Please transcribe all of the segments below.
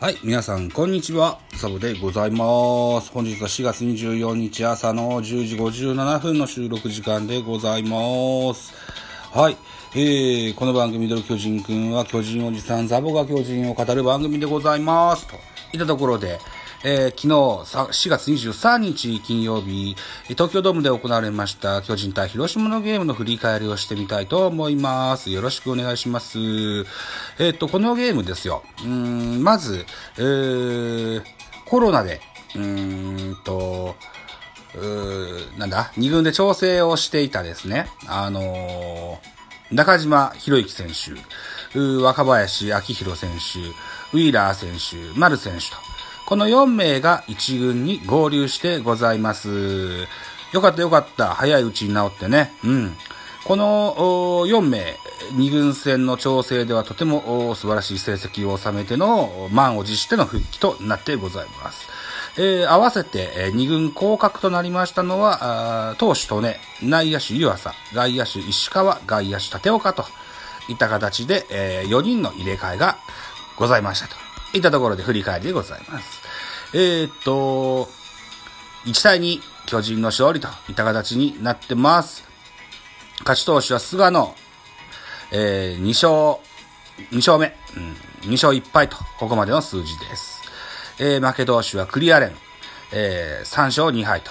はい、皆さんこんにちは、サボでございます。本日は4月24日朝の10時57分の収録時間でございます。はい、この番組ドル巨人くんは巨人おじさんザボが巨人を語る番組でございますといったところで、昨日4月23日金曜日東京ドームで行われました巨人対広島のゲームの振り返りをしてみたいと思います。よろしくお願いします。このゲームですよ。まず、コロナで2軍で調整をしていたですね、中島博之選手、若林明宏選手、ウィーラー選手、丸選手と、この4名が1軍に合流してございます。よかった。早いうちに治ってね。この4名、2軍戦の調整ではとても素晴らしい成績を収めての満を持しての復帰となってございます。合わせて2軍降格となりましたのは、投手利根、内野手湯浅、外野手石川、外野手立岡といった形で、4人の入れ替えがございましたといったところで振り返りでございます。1対2巨人の勝利といった形になってます。勝ち投手は菅野、2勝目、2勝1敗とここまでの数字です。負け投手はクリアレン、3勝2敗と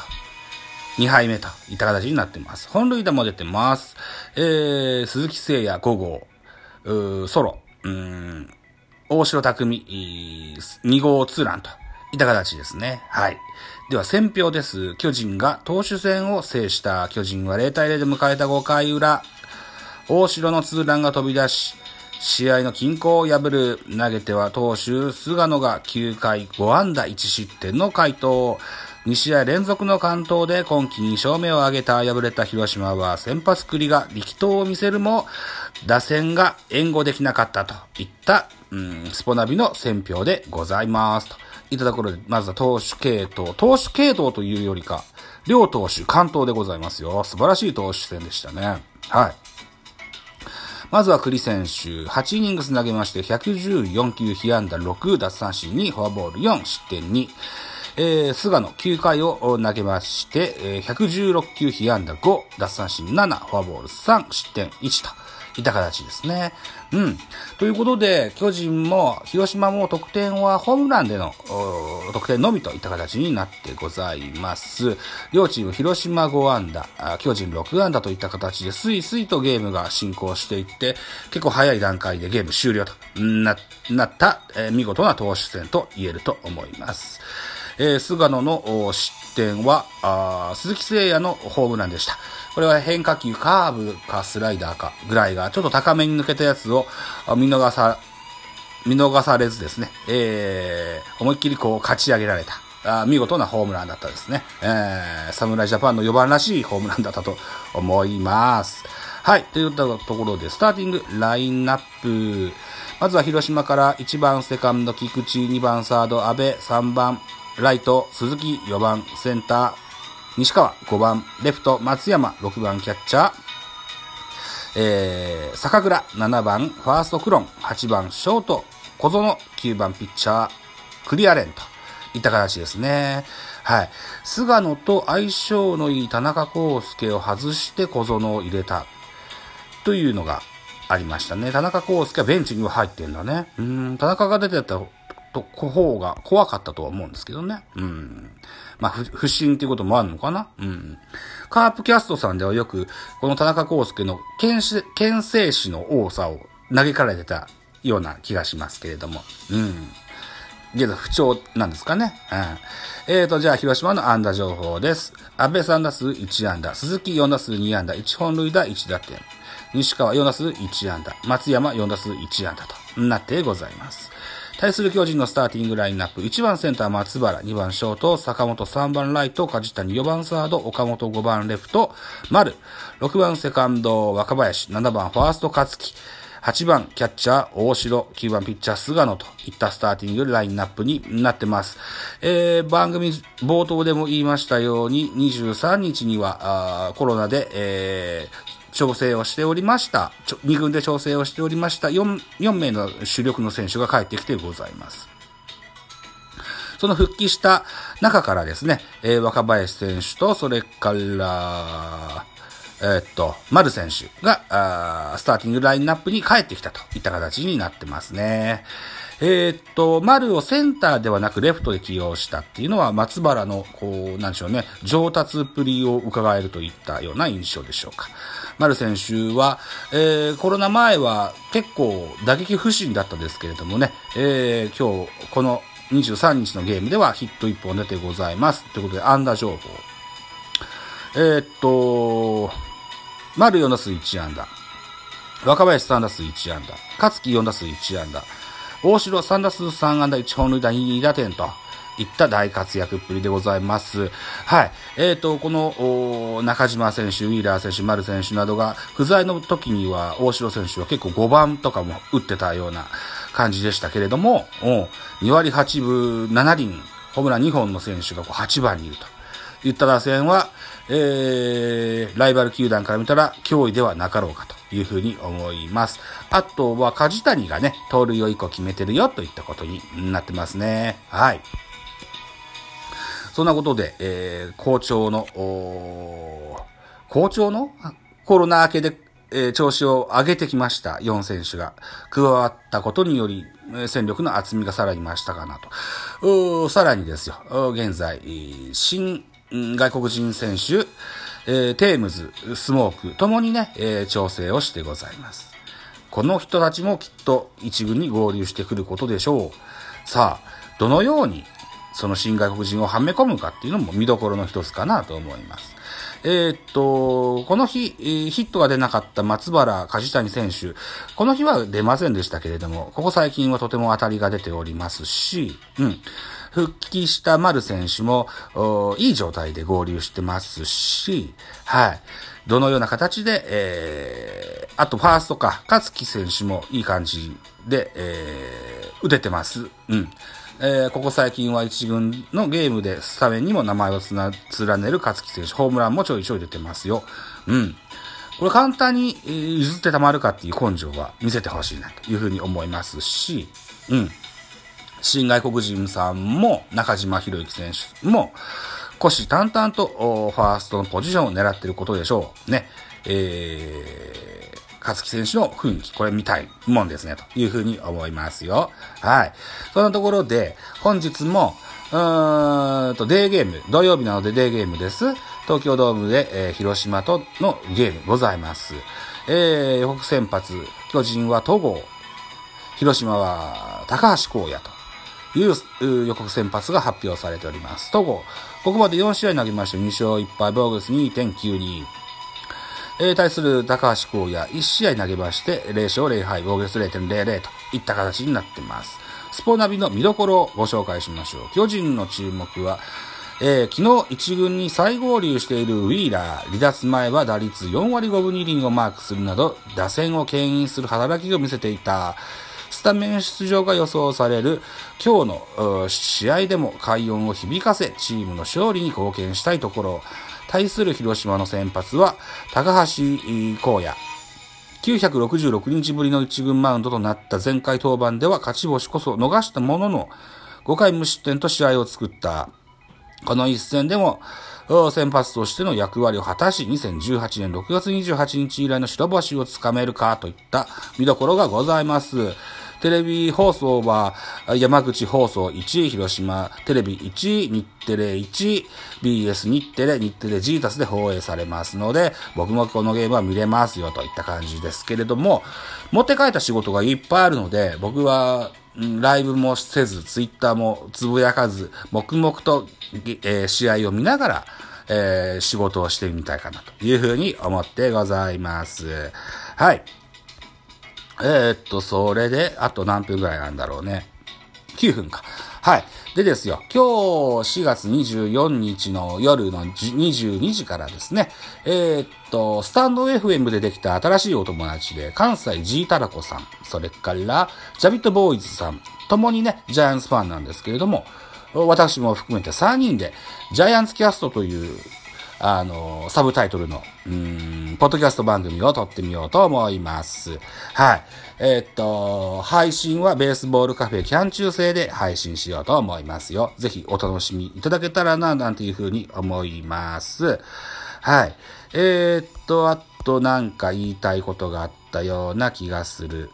2敗目といった形になっています。本塁打も出てます。鈴木誠也5号、ソロ、大城匠、2号ツーランといった形ですね。はい。では選評です。巨人が投手戦を制した巨人は0対0で迎えた5回裏、大城のツーランが飛び出し、試合の均衡を破る。投げては投手菅野が9回5安打1失点の快投。2試合連続の完投で今季2勝目を挙げた。敗れた広島は先発栗が力投を見せるも打線が援護できなかったといったスポナビの選評でございますといったところで、まずは投手系統というよりか両投手完投でございますよ。素晴らしい投手戦でしたね。はい。まずは栗選手、8イニングス投げまして、114球、被安打6、奪三振2、フォアボール4、失点2。菅野9回を投げまして、116球、被安打5、奪三振7、フォアボール3、失点1といった形ですね。ということで、巨人も広島も得点はホームランでの得点のみといった形になってございます。両チーム広島5安打、巨人6安打といった形でスイスイとゲームが進行していって、結構早い段階でゲーム終了となった、見事な投手戦と言えると思います。菅野の失点は鈴木誠也のホームランでした。これは変化球、カーブかスライダーかぐらいがちょっと高めに抜けたやつを見逃されずですね、思いっきりこう勝ち上げられた見事なホームランだったですね。侍ジャパンの4番らしいホームランだったと思います。はい。といったところでスターティングラインナップ。まずは広島から1番セカンド菊池、2番サード阿部、3番ライト鈴木、4番センター西川、5番レフト松山、6番キャッチャー、坂倉、7番ファーストクロン、8番ショート小園、9番ピッチャークリアレンといった形ですね。はい。菅野と相性のいい田中康介を外して小園を入れたというのがありましたね。田中康介はベンチには入ってんだね。田中が出てた方が怖かったとは思うんですけどね。不審っていうこともあるのかな。カープキャストさんではよくこの田中康介の牽制士の多さを嘆かれてたような気がしますけれども。現在不調なんですかね。じゃあ広島の安打情報です。安倍3打数1安打、鈴木4打数2安打、1本塁打1打点、西川4打数1安打、松山4打数1安打となってございます。対する巨人のスターティングラインナップ、1番センター松原、2番ショート坂本、3番ライト梶谷、4番サード岡本、5番レフト丸、6番セカンド若林、7番ファースト勝木、8番キャッチャー大城、9番ピッチャー菅野といったスターティングラインナップになってます。番組冒頭でも言いましたように23日にはコロナで、調整をしておりました。2軍で調整をしておりました 4名の主力の選手が帰ってきてございます。 その復帰した中からですね、若林選手と、それから、丸選手が、スターティングラインナップに帰ってきたといった形になってますね。丸をセンターではなくレフトで起用したっていうのは松原の、なんでしょうね、上達っぷりを伺えるといったような印象でしょうか。丸選手は、コロナ前は結構打撃不振だったですけれどもね、今日この23日のゲームではヒット1本出てございます。ということで、安打情報。丸4打数1安打。若林3打数1安打。勝木4打数1安打。大城3打数3安打1本塁打2打点といった大活躍っぷりでございます。はい。この、中島選手、ウィーラー選手、丸選手などが不在の時には、大城選手は結構5番とかも打ってたような感じでしたけれども、2割8分7厘、ホームラン2本の選手が8番にいるといった打線は、ライバル球団から見たら脅威ではなかろうかというふうに思います。あとは梶谷がね、盗塁を1個決めてるよといったことになってますね。はい。そんなことで、好調のコロナ明けで、調子を上げてきました4選手が加わったことにより、戦力の厚みがさらに増したかなと。さらにですよ、現在、新外国人選手、テームズ、スモークともにね、調整をしてございます。この人たちもきっと一軍に合流してくることでしょう。さあ、どのようにその新外国人をはめ込むかっていうのも見どころの一つかなと思います。この日、ヒットが出なかった松原梶谷選手、この日は出ませんでしたけれども、ここ最近はとても当たりが出ておりますし、復帰した丸選手もいい状態で合流してますし、はい。どのような形で、あとファーストか、勝木選手もいい感じで、打ててます。ここ最近は一軍のゲームでスタメンにも名前を連ねる勝木選手、ホームランもちょいちょい出てますよ。これ簡単に譲ってたまるかっていう根性は見せてほしいなというふうに思いますし、新外国人さんも中島博之選手も虎視眈々とファーストのポジションを狙っていることでしょうね。勝木選手の雰囲気、これ見たいもんですねというふうに思いますよ。はい。そのところで本日もデーゲーム、土曜日なのでデーゲームです。東京ドームで、広島とのゲームございます。予告先発、巨人は戸郷、広島は高橋光也という予告先発が発表されております。戸郷、ここまで4試合投げまして2勝1敗、防御率 2.92。対する高橋光也、1試合投げまして0勝0敗、防御率 0.00 といった形になっています。スポナビの見どころをご紹介しましょう。巨人の注目は、昨日一軍に再合流しているウィーラー、離脱前は打率4割5分2厘をマークするなど、打線を牽引する働きを見せていた。スタメン出場が予想される今日の試合でも快音を響かせ、チームの勝利に貢献したいところ。対する広島の先発は高橋光也。966日ぶりの一軍マウンドとなった前回登板では勝ち星こそ逃したものの5回無失点と試合を作った。この一戦でも先発としての役割を果たし、2018年6月28日以来の白星をつかめるかといった見どころがございます。テレビ放送は山口放送1、広島テレビ1、日テレ1、BS 日テレ、日テレジータスで放映されますので、僕もこのゲームは見れますよといった感じですけれども、持って帰った仕事がいっぱいあるので、僕はライブもせず、ツイッターもつぶやかず、黙々と、試合を見ながら、仕事をしてみたいかなというふうに思ってございます。はい。それで、あと何分ぐらいなんだろうね。9分か。はい。でですよ、今日4月24日の夜の22時からですね、スタンド FM でできた新しいお友達で、関西 G タラコさん、それからジャビットボーイズさん、ともにね、ジャイアンツファンなんですけれども、私も含めて3人で、ジャイアンツキャストという、 サブタイトルの、ポッドキャスト番組を撮ってみようと思います。はい。配信はベースボールカフェキャン中制で配信しようと思いますよ。ぜひお楽しみいただけたらな、なんていうふうに思います。はい。あとなんか言いたいことがあったような気がする。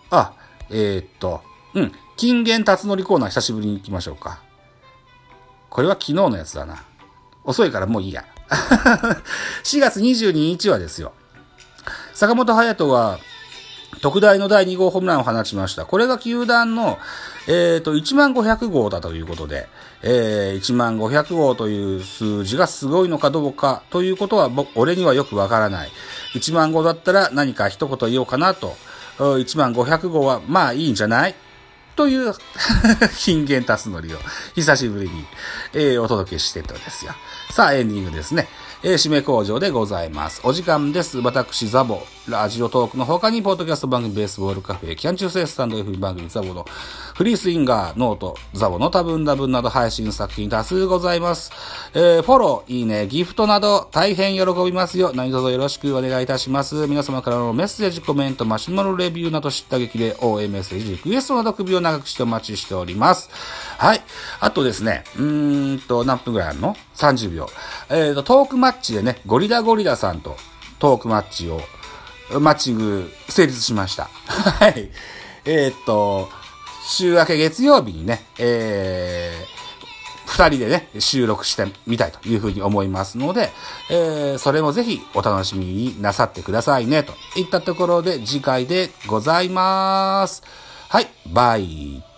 金言辰徳コーナー久しぶりに行きましょうか。これは昨日のやつだな。遅いからもういいや。4月22日はですよ。坂本勇人は特大の第2号ホームランを放ちました。これが球団の、1500号だということで、1500号という数字がすごいのかどうかということは俺にはよくわからない。15000だったら何か一言言おうかなと。15000号はまあいいんじゃないという金言辰徳を久しぶりに、お届けしてたんですよ。さあエンディングですね。締め工場でございます。お時間です。私ザボラジオトークの他にポッドキャスト番組ベースボールカフェキャン中制スタンド FM 番組ザボのフリースインガーノートザボの多分多分など配信作品多数ございます。フォローいいねギフトなど大変喜びますよ。何卒よろしくお願いいたします。皆様からのメッセージコメントマシュマロレビューなど知った激励応援メッセージリクエストなど首を長くしてお待ちしております。はい。あとですね何分ぐらいあるの ?30 秒。トークマッチでね、ゴリラさんとトークマッチング成立しました。はい。週明け月曜日にね、二人でね、収録してみたいというふうに思いますので、それもぜひお楽しみになさってくださいね、といったところで次回でございます。はい、バイ。